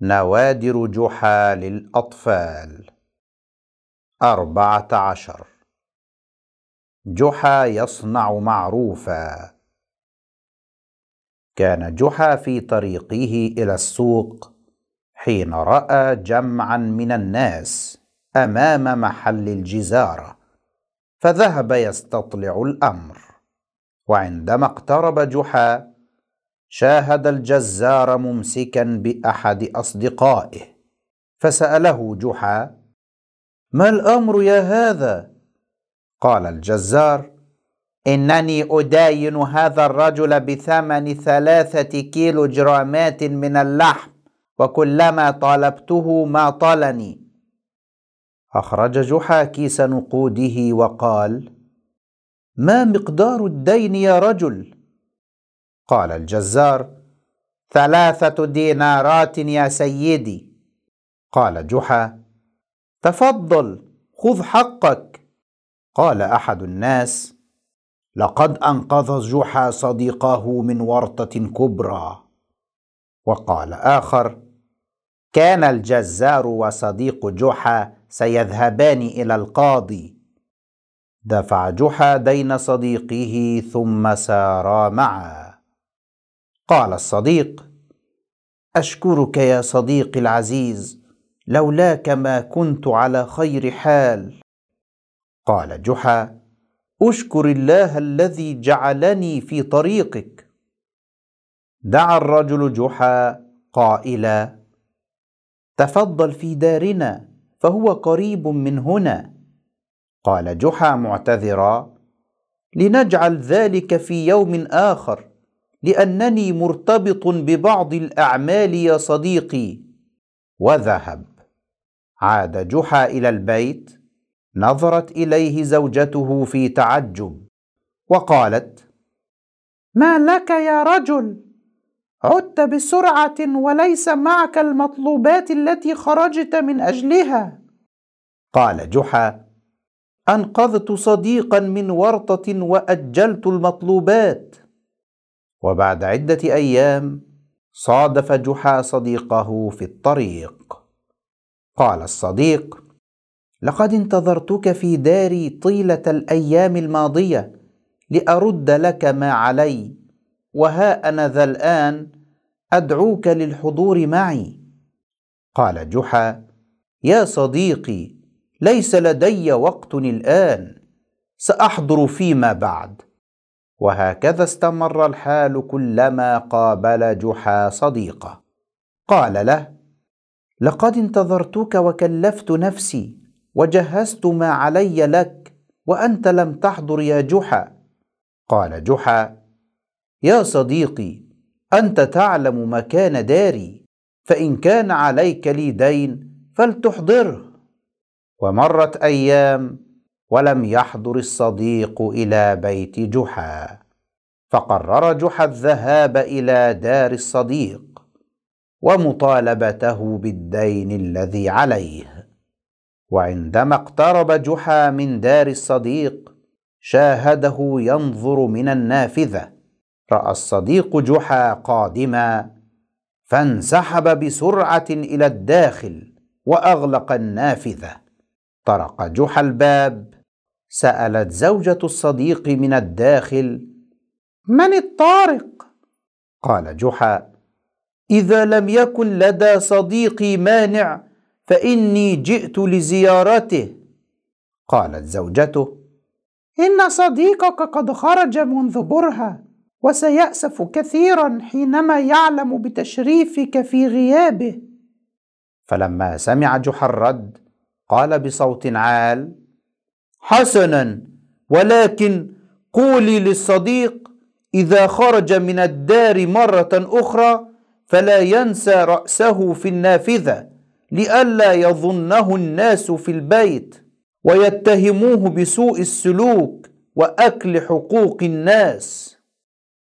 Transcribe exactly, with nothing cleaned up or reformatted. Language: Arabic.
نوادر جحا للأطفال. أربعة عشر. جحا يصنع معروفا. كان جحا في طريقه إلى السوق حين رأى جمعا من الناس أمام محل الجزارة، فذهب يستطلع الأمر. وعندما اقترب جحا شاهد الجزار ممسكا بأحد أصدقائه، فسأله جحا: ما الأمر يا هذا؟ قال الجزار: إنني أداين هذا الرجل بثمن ثلاثة كيلو جرامات من اللحم، وكلما طالبته ما طالني. أخرج جحا كيس نقوده وقال: ما مقدار الدين يا رجل؟ قال الجزار: ثلاثة دينارات يا سيدي. قال جحا: تفضل خذ حقك. قال أحد الناس: لقد أنقذ جحا صديقه من ورطة كبرى. وقال آخر: كان الجزار وصديق جحا سيذهبان إلى القاضي. دفع جحا دين صديقه ثم سارا معا. قال الصديق: أشكرك يا صديقي العزيز، لولاك ما كنت على خير حال. قال جحا: أشكر الله الذي جعلني في طريقك. دعا الرجل جحا قائلا: تفضل في دارنا فهو قريب من هنا. قال جحا معتذرا: لنجعل ذلك في يوم آخر، لأنني مرتبط ببعض الأعمال يا صديقي. وذهب. عاد جحا إلى البيت، نظرت إليه زوجته في تعجب وقالت: ما لك يا رجل؟ عدت بسرعة وليس معك المطلوبات التي خرجت من أجلها. قال جحا: أنقذت صديقا من ورطة وأجلت المطلوبات. وبعد عدة أيام صادف جحا صديقه في الطريق. قال الصديق: لقد انتظرتك في داري طيلة الأيام الماضية لأرد لك ما علي، وها أنا ذا الآن أدعوك للحضور معي. قال جحا: يا صديقي، ليس لدي وقت الآن، سأحضر فيما بعد. وهكذا استمر الحال كلما قابل جحا صديقه. قال له: لقد انتظرتك وكلفت نفسي وجهزت ما علي لك، وأنت لم تحضر يا جحا. قال جحا: يا صديقي، أنت تعلم مكان داري، فإن كان عليك لي دين فلتحضره. ومرت أيام ولم يحضر الصديق إلى بيت جحا، فقرر جحا الذهاب إلى دار الصديق ومطالبته بالدين الذي عليه. وعندما اقترب جحا من دار الصديق شاهده ينظر من النافذة. رأى الصديق جحا قادما، فانسحب بسرعة إلى الداخل وأغلق النافذة. طرق جحا الباب. سألت زوجة الصديق من الداخل: من الطارق؟ قال جحا: إذا لم يكن لدى صديقي مانع فإني جئت لزيارته. قالت زوجته: إن صديقك قد خرج منذ برهة، وسيأسف كثيرا حينما يعلم بتشريفك في غيابه. فلما سمع جحا الرد قال بصوت عال: حسنا، ولكن قولي للصديق إذا خرج من الدار مرة أخرى فلا ينسى رأسه في النافذة، لئلا يظنه الناس في البيت ويتهموه بسوء السلوك وأكل حقوق الناس.